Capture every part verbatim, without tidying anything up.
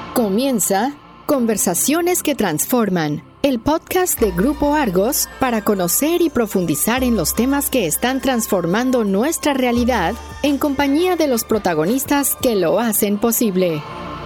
Comienza Conversaciones que Transforman, el podcast de Grupo Argos para conocer y profundizar en los temas que están transformando nuestra realidad en compañía de los protagonistas que lo hacen posible.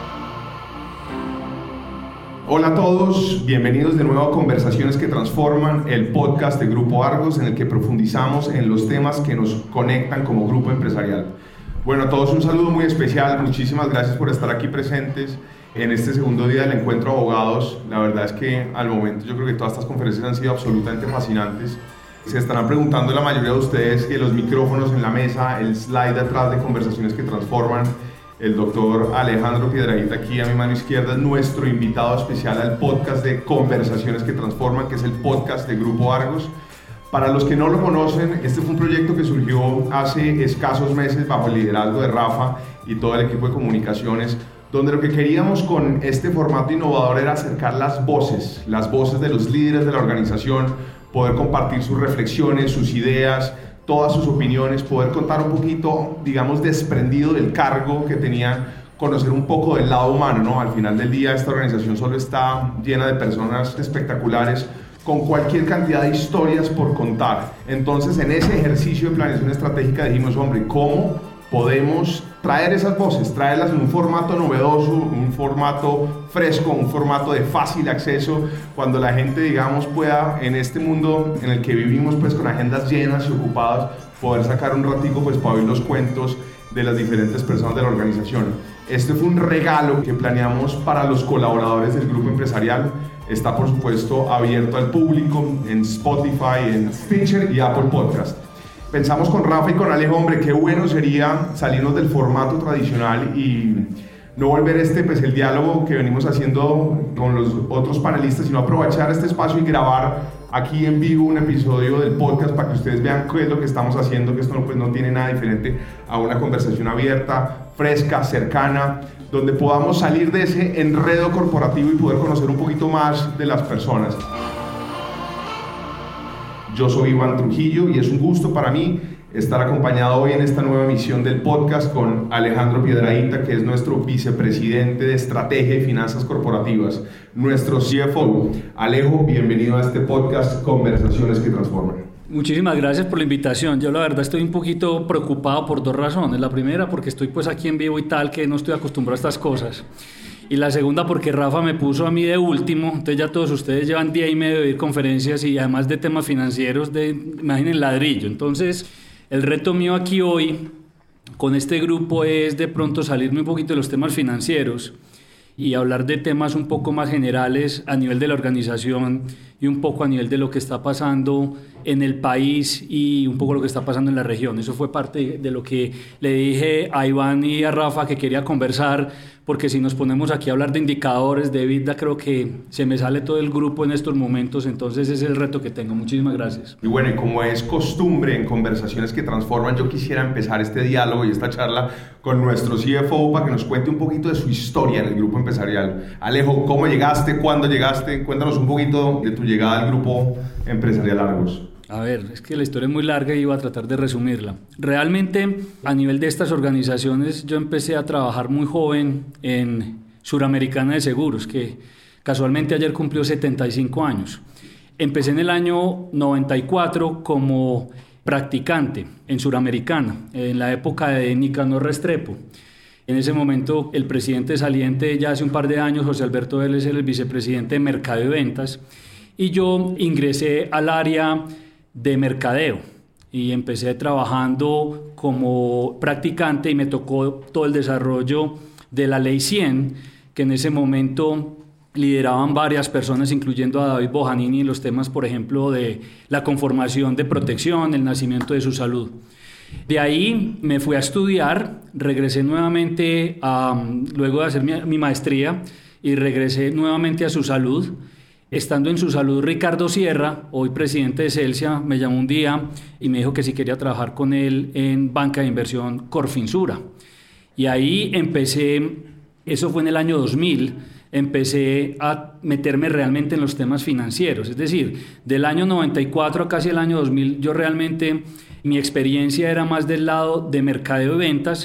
Hola a todos, bienvenidos de nuevo a Conversaciones que Transforman, el podcast de Grupo Argos en el que profundizamos en los temas que nos conectan como grupo empresarial. Bueno, a todos un saludo muy especial, muchísimas gracias por estar aquí presentes en este segundo día del encuentro de abogados. La verdad es que al momento yo creo que todas estas conferencias han sido absolutamente fascinantes. Se estarán preguntando la mayoría de ustedes que los micrófonos en la mesa, el slide atrás de Conversaciones que Transforman, el doctor Alejandro Piedrahita aquí a mi mano izquierda es nuestro invitado especial al podcast de Conversaciones que Transforman, que es el podcast de Grupo Argos. Para los que no lo conocen, este fue un proyecto que surgió hace escasos meses bajo el liderazgo de Rafa y todo el equipo de comunicaciones, donde lo que queríamos con este formato innovador era acercar las voces, las voces de los líderes de la organización, poder compartir sus reflexiones, sus ideas, todas sus opiniones, poder contar un poquito, digamos, desprendido del cargo que tenían, conocer un poco del lado humano, ¿no? Al final del día esta organización solo está llena de personas espectaculares, con cualquier cantidad de historias por contar. Entonces, en ese ejercicio de planeación estratégica dijimos, hombre, ¿cómo podemos traer esas voces, traerlas en un formato novedoso, un formato fresco, un formato de fácil acceso, cuando la gente, digamos, pueda, en este mundo en el que vivimos, pues con agendas llenas y ocupadas, poder sacar un ratico, pues, para oír los cuentos de las diferentes personas de la organización. Este fue un regalo que planeamos para los colaboradores del grupo empresarial. Está, por supuesto, abierto al público en Spotify, en Stitcher y Apple Podcast. Pensamos con Rafa y con Alejo, hombre, qué bueno sería salirnos del formato tradicional y no volver este, pues, el diálogo que venimos haciendo con los otros panelistas, sino aprovechar este espacio y grabar aquí en vivo un episodio del podcast para que ustedes vean qué es lo que estamos haciendo, que esto no, pues, no tiene nada diferente a una conversación abierta, fresca, cercana, donde podamos salir de ese enredo corporativo y poder conocer un poquito más de las personas. Yo soy Iván Trujillo y es un gusto para mí estar acompañado hoy en esta nueva emisión del podcast con Alejandro Piedrahita, que es nuestro vicepresidente de Estrategia y Finanzas Corporativas, nuestro C F O. Alejo, bienvenido a este podcast Conversaciones que Transforman. Muchísimas gracias por la invitación. Yo la verdad estoy un poquito preocupado por dos razones. La primera, porque estoy pues aquí en vivo y tal, que no estoy acostumbrado a estas cosas. Y la segunda, porque Rafa me puso a mí de último. Entonces ya todos ustedes llevan día y medio de ir conferencias y además de temas financieros, de, imaginen, ladrillo. Entonces el reto mío aquí hoy con este grupo es de pronto salirme un poquito de los temas financieros y hablar de temas un poco más generales a nivel de la organización y un poco a nivel de lo que está pasando en el país y un poco lo que está pasando en la región. Eso fue parte de lo que le dije a Iván y a Rafa que quería conversar, porque si nos ponemos aquí a hablar de indicadores, de EBITDA, creo que se me sale todo el grupo en estos momentos, entonces ese es el reto que tengo. Muchísimas gracias. Y bueno, y como es costumbre en Conversaciones que Transforman, yo quisiera empezar este diálogo y esta charla con nuestro C F O para que nos cuente un poquito de su historia en el grupo empresarial. Alejo, ¿cómo llegaste? ¿Cuándo llegaste? Cuéntanos un poquito de tu llegada al grupo empresarial Argos. A ver, es que la historia es muy larga y iba a tratar de resumirla. Realmente, a nivel de estas organizaciones, yo empecé a trabajar muy joven en Suramericana de Seguros, que casualmente ayer cumplió setenta y cinco años. Empecé en el año noventa y cuatro como practicante en Suramericana, en la época de Nicanor Restrepo. En ese momento, el presidente saliente, ya hace un par de años, José Alberto Vélez, era el vicepresidente de Mercado y Ventas, y yo ingresé al área de mercadeo y empecé trabajando como practicante y me tocó todo el desarrollo de la Ley cien, que en ese momento lideraban varias personas, incluyendo a David Bojanini, en los temas, por ejemplo, de la conformación de protección, el nacimiento de su salud. De ahí me fui a estudiar, regresé nuevamente, a, luego de hacer mi, mi maestría, y regresé nuevamente a Su Salud. Estando en Su Salud, Ricardo Sierra, hoy presidente de Celsia, me llamó un día y me dijo que si quería trabajar con él en banca de inversión Corfinsura. Y ahí empecé, eso fue en el año dos mil, empecé a meterme realmente en los temas financieros. Es decir, del año noventa y cuatro a casi el año dos mil, yo realmente, mi experiencia era más del lado de mercadeo y ventas,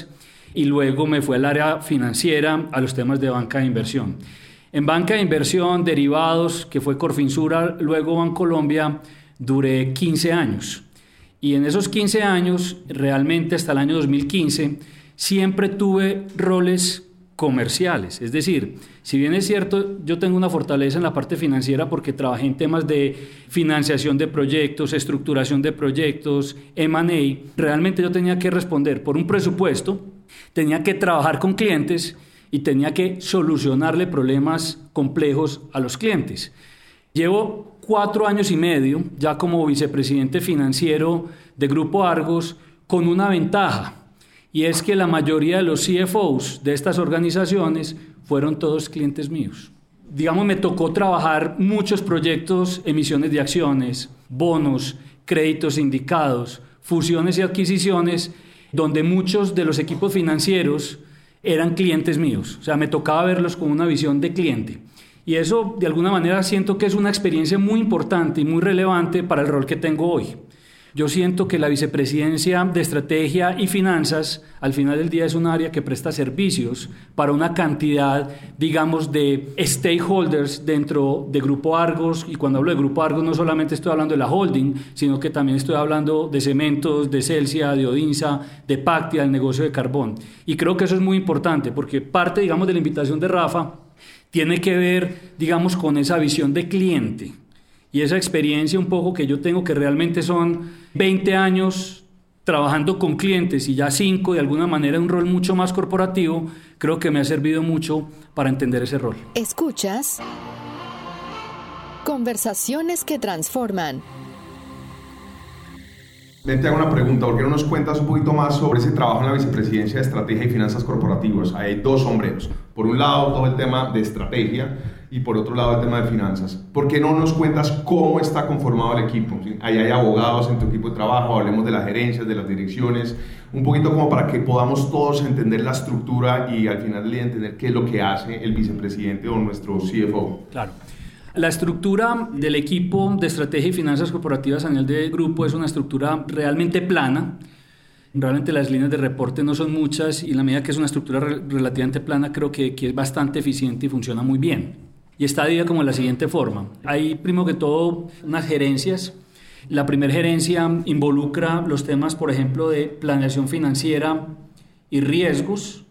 y luego me fui al área financiera, a los temas de banca de inversión. En banca de inversión, derivados, que fue Corfinsura, luego Bancolombia, duré quince años. Y en esos quince años, realmente hasta el año dos mil quince, siempre tuve roles comerciales. Es decir, si bien es cierto, yo tengo una fortaleza en la parte financiera porque trabajé en temas de financiación de proyectos, estructuración de proyectos, eme and A, realmente yo tenía que responder por un presupuesto, tenía que trabajar con clientes y tenía que solucionarle problemas complejos a los clientes. Llevo cuatro años y medio ya como vicepresidente financiero de Grupo Argos con una ventaja, y es que la mayoría de los C F Os de estas organizaciones fueron todos clientes míos. Digamos, me tocó trabajar muchos proyectos, emisiones de acciones, bonos, créditos sindicados, fusiones y adquisiciones, donde muchos de los equipos financieros eran clientes míos. O sea, me tocaba verlos con una visión de cliente. Y eso, de alguna manera, siento que es una experiencia muy importante y muy relevante para el rol que tengo hoy. Yo siento que la vicepresidencia de Estrategia y Finanzas, al final del día, es un área que presta servicios para una cantidad, digamos, de stakeholders dentro de Grupo Argos. Y cuando hablo de Grupo Argos, no solamente estoy hablando de la holding, sino que también estoy hablando de Cementos, de Celsia, de Odinsa, de Pactia, del negocio de carbón. Y creo que eso es muy importante, porque parte, digamos, de la invitación de Rafa tiene que ver, digamos, con esa visión de cliente. Y esa experiencia un poco que yo tengo, que realmente son veinte años trabajando con clientes y ya cinco de alguna manera un rol mucho más corporativo, creo que me ha servido mucho para entender ese rol. Escuchas Conversaciones que transforman. Te hago una pregunta, ¿por qué no nos cuentas un poquito más sobre ese trabajo en la Vicepresidencia de Estrategia y Finanzas Corporativos? Hay dos sombreros. Por un lado, todo el tema de estrategia y por otro lado, el tema de finanzas. ¿Por qué no nos cuentas cómo está conformado el equipo? ¿Sí? Ahí hay abogados en tu equipo de trabajo, hablemos de las gerencias, de las direcciones, un poquito como para que podamos todos entender la estructura y al final del día entender qué es lo que hace el vicepresidente o nuestro C F O. Claro. La estructura del equipo de estrategia y finanzas corporativas a nivel de grupo es una estructura realmente plana. Realmente las líneas de reporte no son muchas y en la medida que es una estructura re- relativamente plana creo que, que es bastante eficiente y funciona muy bien. Y está dividida como de la siguiente forma. Hay primero que todo unas gerencias. La primera gerencia involucra los temas, por ejemplo, de planeación financiera y riesgos,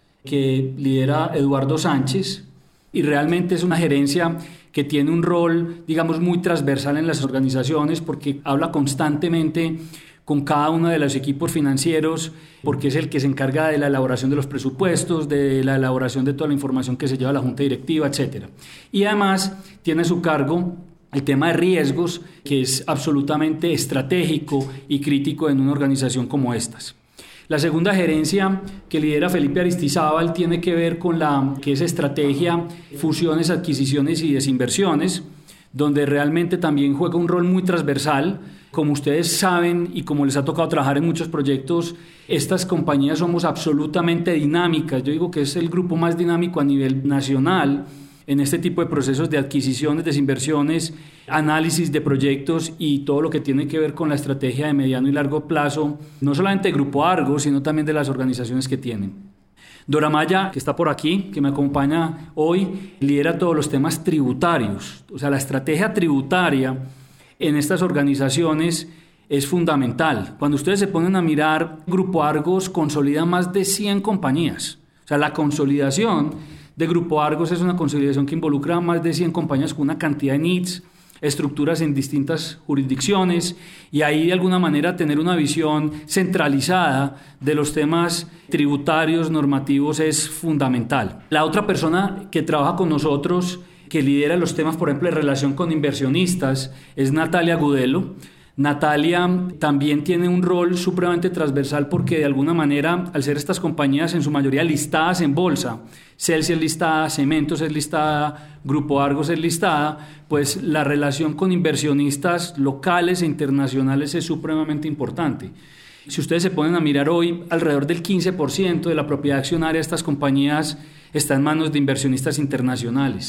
que lidera Eduardo Sánchez, y realmente es una gerencia que tiene un rol, digamos, muy transversal en las organizaciones porque habla constantemente con cada uno de los equipos financieros, porque es el que se encarga de la elaboración de los presupuestos, de la elaboración de toda la información que se lleva a la junta directiva, etcétera. Y además tiene a su cargo el tema de riesgos, que es absolutamente estratégico y crítico en una organización como estas. La segunda gerencia que lidera Felipe Aristizábal tiene que ver con la que es estrategia, fusiones, adquisiciones y desinversiones, donde realmente también juega un rol muy transversal. Como ustedes saben y como les ha tocado trabajar en muchos proyectos, estas compañías somos absolutamente dinámicas. Yo digo que es el grupo más dinámico a nivel nacional en este tipo de procesos de adquisiciones, desinversiones, análisis de proyectos y todo lo que tiene que ver con la estrategia de mediano y largo plazo, no solamente de Grupo Argos, sino también de las organizaciones que tienen. Dora Maya, que está por aquí, que me acompaña hoy, lidera todos los temas tributarios. O sea, la estrategia tributaria en estas organizaciones es fundamental. Cuando ustedes se ponen a mirar, Grupo Argos consolida más de cien compañías. O sea, la consolidación de Grupo Argos es una consolidación que involucra más de cien compañías con una cantidad de needs, estructuras en distintas jurisdicciones y ahí de alguna manera tener una visión centralizada de los temas tributarios, normativos es fundamental. La otra persona que trabaja con nosotros, que lidera los temas, por ejemplo, de relación con inversionistas, es Natalia Gudelo. Natalia también tiene un rol supremamente transversal porque de alguna manera, al ser estas compañías en su mayoría listadas en bolsa, Celsia es listada, Cementos es listada, Grupo Argos es listada, pues la relación con inversionistas locales e internacionales es supremamente importante. Si ustedes se ponen a mirar hoy, alrededor del quince por ciento de la propiedad accionaria de estas compañías está en manos de inversionistas internacionales.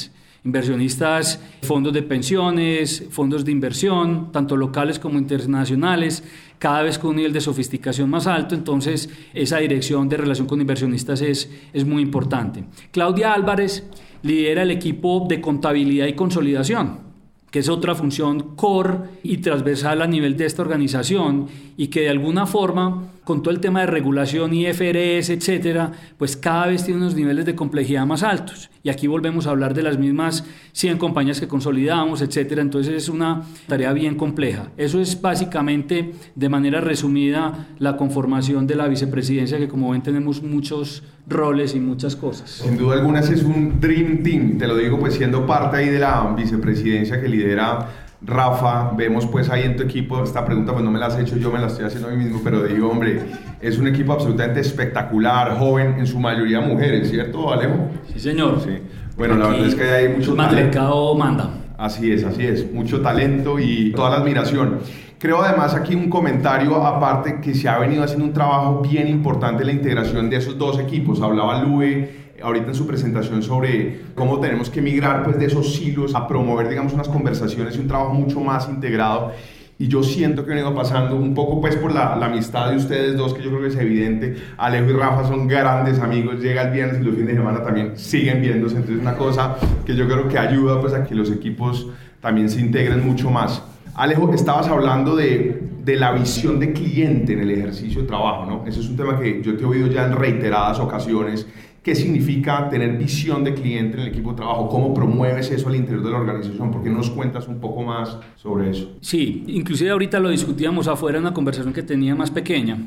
Inversionistas, fondos de pensiones, fondos de inversión, tanto locales como internacionales, cada vez con un nivel de sofisticación más alto. Entonces, esa dirección de relación con inversionistas es, es muy importante. Claudia Álvarez lidera el equipo de contabilidad y consolidación, que es otra función core y transversal a nivel de esta organización y que de alguna forma, con todo el tema de regulación, I F R S, etcétera, pues cada vez tiene unos niveles de complejidad más altos. Y aquí volvemos a hablar de las mismas cien compañías que consolidamos, etcétera. Entonces es una tarea bien compleja. Eso es básicamente, de manera resumida, la conformación de la vicepresidencia, que como ven tenemos muchos roles y muchas cosas. Sin duda alguna ese es un Dream Team, te lo digo pues siendo parte ahí de la vicepresidencia que lidera Rafa. Vemos pues ahí en tu equipo, esta pregunta pues no me la has hecho yo, me la estoy haciendo a mí mismo, pero digo, hombre, es un equipo absolutamente espectacular, joven, en su mayoría mujeres, ¿cierto, Alejo? Sí, señor. Sí. Bueno, la verdad es que hay mucho talento. El mercado manda. Así es, así es, mucho talento y toda la admiración. Creo además aquí un comentario aparte que se ha venido haciendo un trabajo bien importante en la integración de esos dos equipos. Hablaba Lue ahorita en su presentación sobre cómo tenemos que migrar pues, de esos silos a promover, digamos, unas conversaciones y un trabajo mucho más integrado. Y yo siento que han ido pasando un poco pues por la, la amistad de ustedes dos, que yo creo que es evidente. Alejo y Rafa son grandes amigos, llega el viernes y los fines de semana también siguen viéndose. Entonces es una cosa que yo creo que ayuda pues a que los equipos también se integren mucho más. Alejo, estabas hablando de, de la visión de cliente en el ejercicio de trabajo, ¿no? Ese es un tema que yo te he oído ya en reiteradas ocasiones. ¿Qué significa tener visión de cliente en el equipo de trabajo? ¿Cómo promueves eso al interior de la organización? ¿Por qué no nos cuentas un poco más sobre eso? Sí, inclusive ahorita lo discutíamos afuera en una conversación que tenía más pequeña.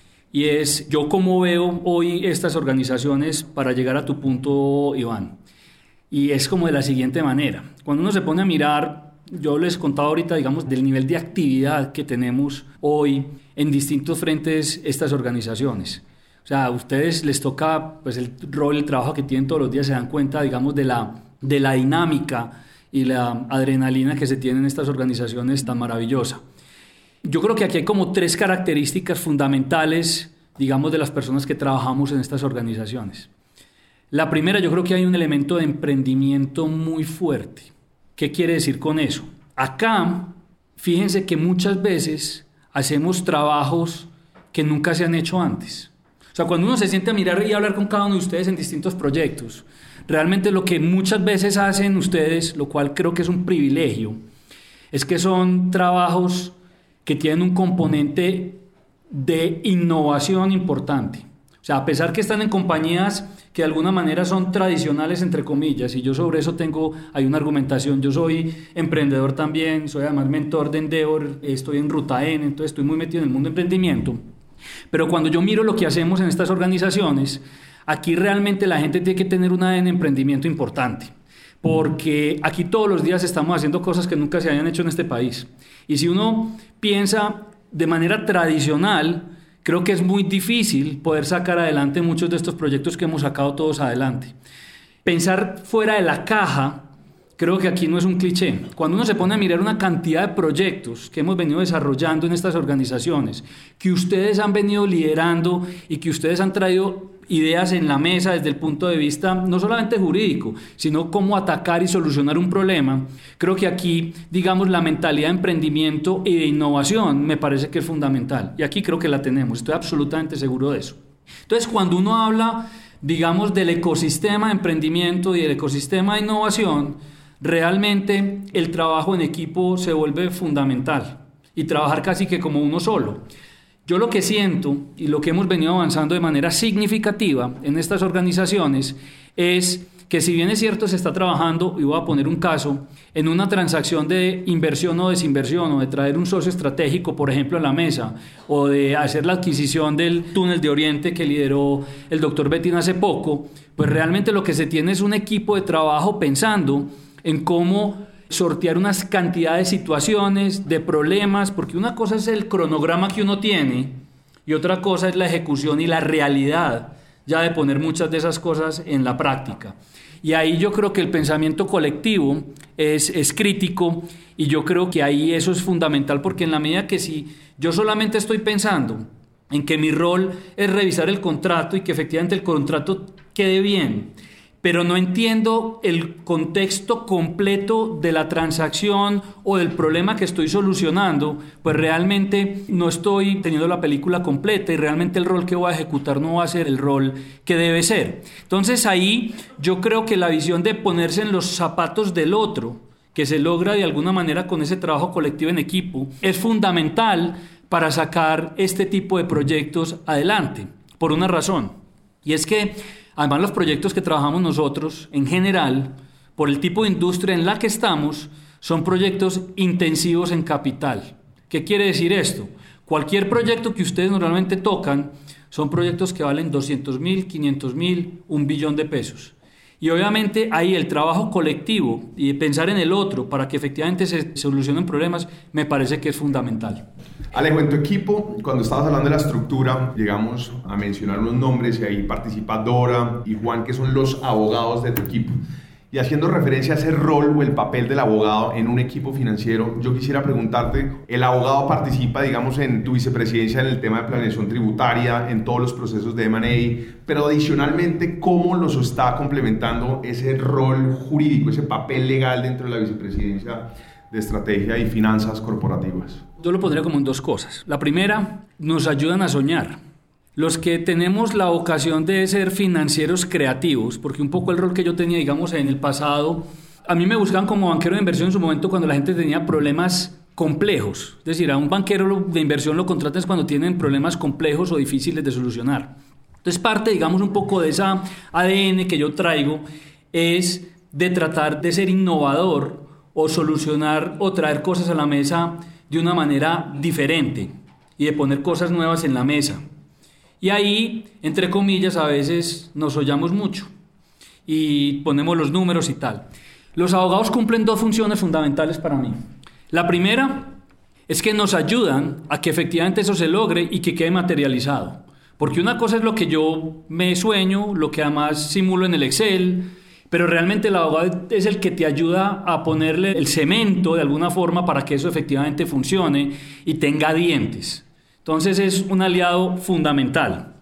Y es, yo cómo veo hoy estas organizaciones para llegar a tu punto, Iván. Y es como de la siguiente manera. Cuando uno se pone a mirar, yo les contaba ahorita, digamos, del nivel de actividad que tenemos hoy en distintos frentes estas organizaciones. O sea, a ustedes les toca pues, el rol, el trabajo que tienen todos los días, se dan cuenta, digamos, de la, de la dinámica y la adrenalina que se tiene en estas organizaciones tan maravillosa. Yo creo que aquí hay como tres características fundamentales, digamos, de las personas que trabajamos en estas organizaciones. La primera, yo creo que hay un elemento de emprendimiento muy fuerte. ¿Qué quiere decir con eso? Acá, fíjense que muchas veces hacemos trabajos que nunca se han hecho antes. O sea, cuando uno se siente a mirar y hablar con cada uno de ustedes en distintos proyectos, realmente lo que muchas veces hacen ustedes, lo cual creo que es un privilegio, es que son trabajos que tienen un componente de innovación importante. O sea, a pesar que están en compañías que de alguna manera son tradicionales, entre comillas, y yo sobre eso tengo, hay una argumentación. Yo soy emprendedor también, soy además mentor de Endeavor, estoy en Ruta N, entonces estoy muy metido en el mundo de emprendimiento. Pero cuando yo miro lo que hacemos en estas organizaciones, aquí realmente la gente tiene que tener un A D N de emprendimiento importante, porque aquí todos los días estamos haciendo cosas que nunca se hayan hecho en este país. Y si uno piensa de manera tradicional, creo que es muy difícil poder sacar adelante muchos de estos proyectos que hemos sacado todos adelante. Pensar fuera de la caja, creo que aquí no es un cliché. Cuando uno se pone a mirar una cantidad de proyectos que hemos venido desarrollando en estas organizaciones, que ustedes han venido liderando y que ustedes han traído ideas en la mesa desde el punto de vista no solamente jurídico, sino cómo atacar y solucionar un problema, creo que aquí, digamos, la mentalidad de emprendimiento y de innovación me parece que es fundamental. Y aquí creo que la tenemos, estoy absolutamente seguro de eso. Entonces, cuando uno habla, digamos, del ecosistema de emprendimiento y del ecosistema de innovación, realmente el trabajo en equipo se vuelve fundamental y trabajar casi que como uno solo. Yo lo que siento y lo que hemos venido avanzando de manera significativa en estas organizaciones es que, si bien es cierto, se está trabajando, y voy a poner un caso, en una transacción de inversión o desinversión, o de traer un socio estratégico, por ejemplo, a la mesa, o de hacer la adquisición del túnel de Oriente que lideró el doctor Betín hace poco, pues realmente lo que se tiene es un equipo de trabajo pensando en cómo sortear unas cantidades de situaciones, de problemas, porque una cosa es el cronograma que uno tiene y otra cosa es la ejecución y la realidad ya de poner muchas de esas cosas en la práctica. Y ahí yo creo que el pensamiento colectivo es, es crítico, y yo creo que ahí eso es fundamental, porque en la medida que si yo solamente estoy pensando en que mi rol es revisar el contrato y que efectivamente el contrato quede bien, pero no entiendo el contexto completo de la transacción o del problema que estoy solucionando, pues realmente no estoy teniendo la película completa y realmente el rol que voy a ejecutar no va a ser el rol que debe ser. Entonces ahí yo creo que la visión de ponerse en los zapatos del otro, que se logra de alguna manera con ese trabajo colectivo en equipo, es fundamental para sacar este tipo de proyectos adelante, por una razón, y es que además los proyectos que trabajamos nosotros en general, por el tipo de industria en la que estamos, son proyectos intensivos en capital. ¿Qué quiere decir esto? Cualquier proyecto que ustedes normalmente tocan son proyectos que valen doscientos mil, quinientos mil, un billón de pesos. Y obviamente ahí el trabajo colectivo y pensar en el otro para que efectivamente se solucionen problemas me parece que es fundamental. Alejo, en tu equipo, cuando estabas hablando de la estructura, llegamos a mencionar unos nombres y ahí participa Dora y Juan, que son los abogados de tu equipo. Y haciendo referencia a ese rol o el papel del abogado en un equipo financiero, yo quisiera preguntarte, el abogado participa, digamos, en tu vicepresidencia en el tema de planeación tributaria, en todos los procesos de eme and a, pero adicionalmente, ¿cómo los está complementando ese rol jurídico, ese papel legal dentro de la vicepresidencia de estrategia y finanzas corporativas? Yo lo pondría como en dos cosas. La primera, nos ayudan a soñar. Los que tenemos la vocación de ser financieros creativos, porque un poco el rol que yo tenía, digamos, en el pasado, a mí me buscaban como banquero de inversión en su momento cuando la gente tenía problemas complejos. Es decir, a un banquero de inversión lo contratan cuando tienen problemas complejos o difíciles de solucionar. Entonces, parte, digamos, un poco de esa A D N que yo traigo es de tratar de ser innovador o solucionar o traer cosas a la mesa de una manera diferente y de poner cosas nuevas en la mesa. Y ahí, entre comillas, a veces nos hollamos mucho y ponemos los números y tal. Los abogados cumplen dos funciones fundamentales para mí. La primera es que nos ayudan a que efectivamente eso se logre y que quede materializado. Porque una cosa es lo que yo me sueño, lo que además simulo en el Excel, pero realmente el abogado es el que te ayuda a ponerle el cemento de alguna forma para que eso efectivamente funcione y tenga dientes. Entonces es un aliado fundamental.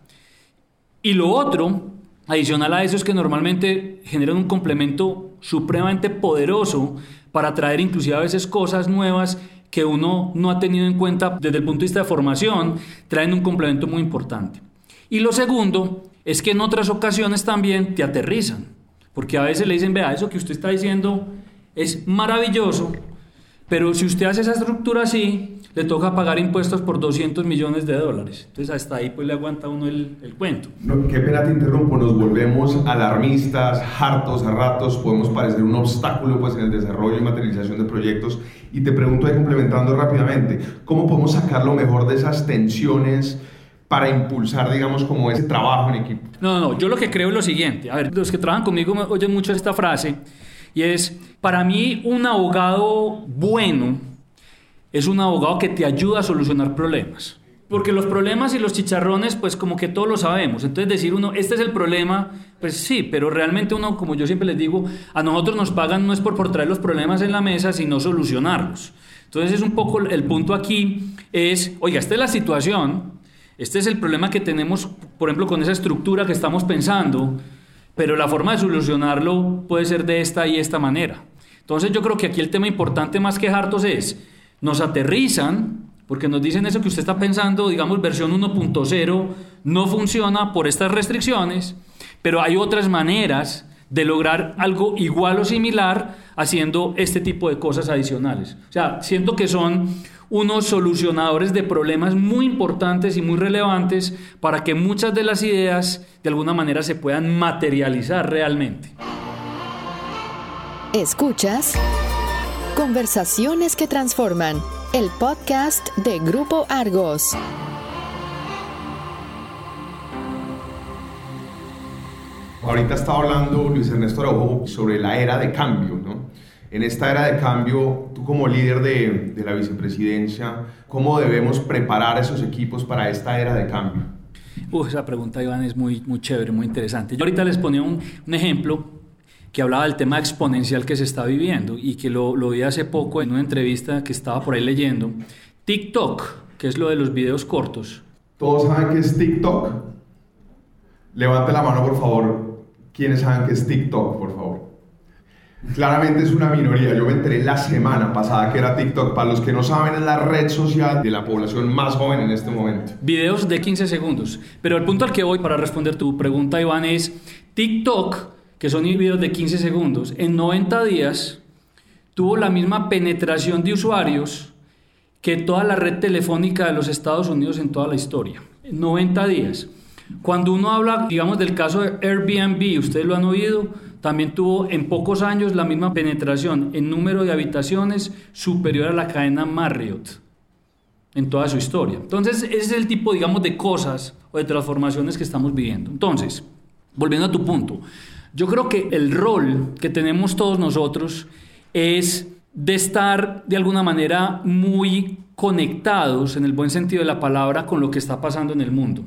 Y lo otro, adicional a eso, es que normalmente generan un complemento supremamente poderoso para traer inclusive a veces cosas nuevas que uno no ha tenido en cuenta desde el punto de vista de formación, traen un complemento muy importante. Y lo segundo es que en otras ocasiones también te aterrizan, porque a veces le dicen, vea, eso que usted está diciendo es maravilloso, pero si usted hace esa estructura así, le toca pagar impuestos por doscientos millones de dólares. Entonces hasta ahí pues le aguanta uno el, el cuento. No, qué pena te interrumpo, nos volvemos alarmistas, hartos a ratos, podemos parecer un obstáculo pues en el desarrollo y materialización de proyectos. Y te pregunto ahí complementando rápidamente, ¿cómo podemos sacar lo mejor de esas tensiones para impulsar, digamos, como ese trabajo en equipo? No, no, yo lo que creo es lo siguiente. A ver, los que trabajan conmigo me oyen mucho esta frase, y es, para mí un abogado bueno es un abogado que te ayuda a solucionar problemas. Porque los problemas y los chicharrones, pues como que todos lo sabemos. Entonces decir uno, este es el problema, pues sí, pero realmente uno, como yo siempre les digo, a nosotros nos pagan no es por, por traer los problemas en la mesa, sino solucionarlos. Entonces es un poco el punto aquí, es, oiga, esta es la situación, este es el problema que tenemos, por ejemplo, con esa estructura que estamos pensando, pero la forma de solucionarlo puede ser de esta y esta manera. Entonces yo creo que aquí el tema importante más que hartos es, nos aterrizan, porque nos dicen eso que usted está pensando, digamos, versión uno punto cero, no funciona por estas restricciones, pero hay otras maneras de lograr algo igual o similar haciendo este tipo de cosas adicionales. O sea, siento que son unos solucionadores de problemas muy importantes y muy relevantes para que muchas de las ideas de alguna manera se puedan materializar realmente. Escuchas Conversaciones que Transforman, el podcast de Grupo Argos. Ahorita estaba hablando Luis Ernesto Araujo sobre la era de cambio, ¿no? En esta era de cambio, tú como líder de, de la vicepresidencia, ¿cómo debemos preparar a esos equipos para esta era de cambio? Uf, esa pregunta, Iván, es muy, muy chévere, muy interesante. Yo ahorita les ponía un, un ejemplo que hablaba del tema exponencial que se está viviendo y que lo, lo vi hace poco en una entrevista que estaba por ahí leyendo. TikTok, que es lo de los videos cortos. ¿Todos saben qué es TikTok? Levante la mano, por favor. ¿Quiénes saben qué es TikTok, por favor? Claramente es una minoría. Yo me enteré la semana pasada que era TikTok. Para los que no saben, es la red social de la población más joven en este momento. Videos de quince segundos. Pero el punto al que voy para responder tu pregunta, Iván, es TikTok, que son videos de quince segundos, en noventa días tuvo la misma penetración de usuarios que toda la red telefónica de los Estados Unidos en toda la historia. En noventa días. Cuando uno habla, digamos, del caso de Airbnb, ustedes lo han oído, también tuvo en pocos años la misma penetración en número de habitaciones superior a la cadena Marriott en toda su historia. Entonces, ese es el tipo, digamos, de cosas o de transformaciones que estamos viviendo. Entonces, volviendo a tu punto, yo creo que el rol que tenemos todos nosotros es de estar de alguna manera muy conectados, en el buen sentido de la palabra, con lo que está pasando en el mundo.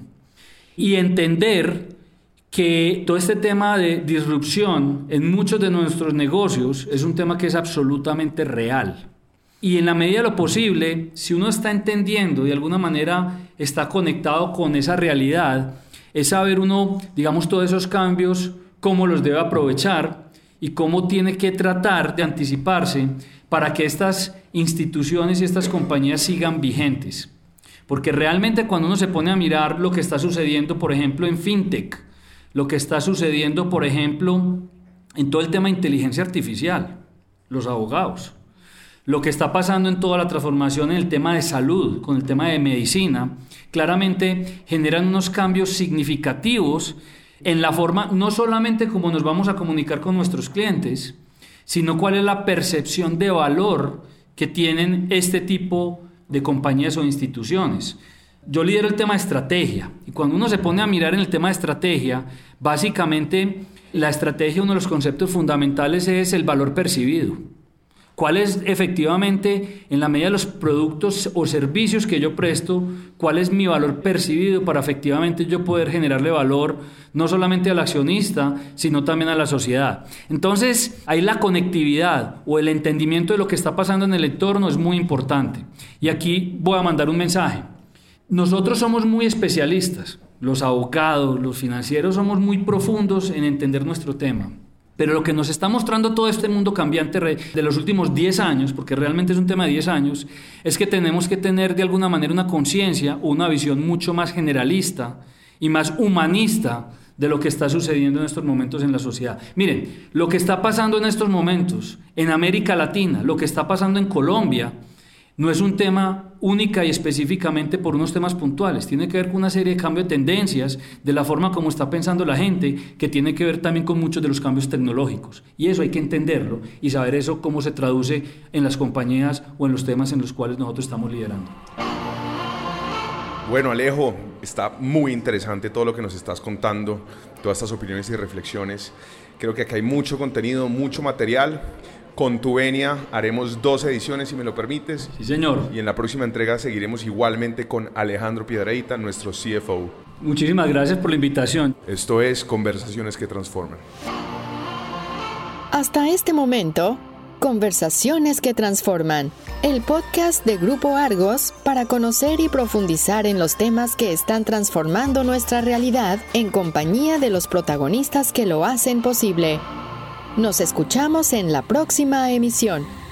Y entender que todo este tema de disrupción en muchos de nuestros negocios es un tema que es absolutamente real. Y en la medida de lo posible, si uno está entendiendo, de alguna manera está conectado con esa realidad, es saber uno, digamos, todos esos cambios, cómo los debe aprovechar y cómo tiene que tratar de anticiparse para que estas instituciones y estas compañías sigan vigentes. Porque realmente cuando uno se pone a mirar lo que está sucediendo, por ejemplo, en FinTech, lo que está sucediendo, por ejemplo, en todo el tema de inteligencia artificial, los abogados, lo que está pasando en toda la transformación en el tema de salud, con el tema de medicina, claramente generan unos cambios significativos en la forma, no solamente cómo nos vamos a comunicar con nuestros clientes, sino cuál es la percepción de valor que tienen este tipo de compañías o instituciones. Yo lidero el tema de estrategia y cuando uno se pone a mirar en el tema de estrategia, básicamente la estrategia, uno de los conceptos fundamentales es el valor percibido. ¿Cuál es efectivamente, en la medida de los productos o servicios que yo presto, cuál es mi valor percibido para efectivamente yo poder generarle valor no solamente al accionista, sino también a la sociedad? Entonces, ahí la conectividad o el entendimiento de lo que está pasando en el entorno es muy importante. Y aquí voy a mandar un mensaje. Nosotros somos muy especialistas, los abogados, los financieros, somos muy profundos en entender nuestro tema. Pero lo que nos está mostrando todo este mundo cambiante de los últimos diez años, porque realmente es un tema de diez años, es que tenemos que tener de alguna manera una conciencia o una visión mucho más generalista y más humanista de lo que está sucediendo en estos momentos en la sociedad. Miren, lo que está pasando en estos momentos en América Latina, lo que está pasando en Colombia, no es un tema única y específicamente por unos temas puntuales, tiene que ver con una serie de cambios de tendencias, de la forma como está pensando la gente, que tiene que ver también con muchos de los cambios tecnológicos. Y eso hay que entenderlo y saber eso cómo se traduce en las compañías o en los temas en los cuales nosotros estamos liderando. Bueno, Alejo, está muy interesante todo lo que nos estás contando, todas estas opiniones y reflexiones. Creo que acá hay mucho contenido, mucho material. Con tu venia haremos dos ediciones, si me lo permites. Sí, señor. Y en la próxima entrega seguiremos igualmente con Alejandro Piedrahita, nuestro C F O. Muchísimas gracias por la invitación. Esto es Conversaciones que Transforman. Hasta este momento, Conversaciones que Transforman, el podcast de Grupo Argos para conocer y profundizar en los temas que están transformando nuestra realidad en compañía de los protagonistas que lo hacen posible. Nos escuchamos en la próxima emisión.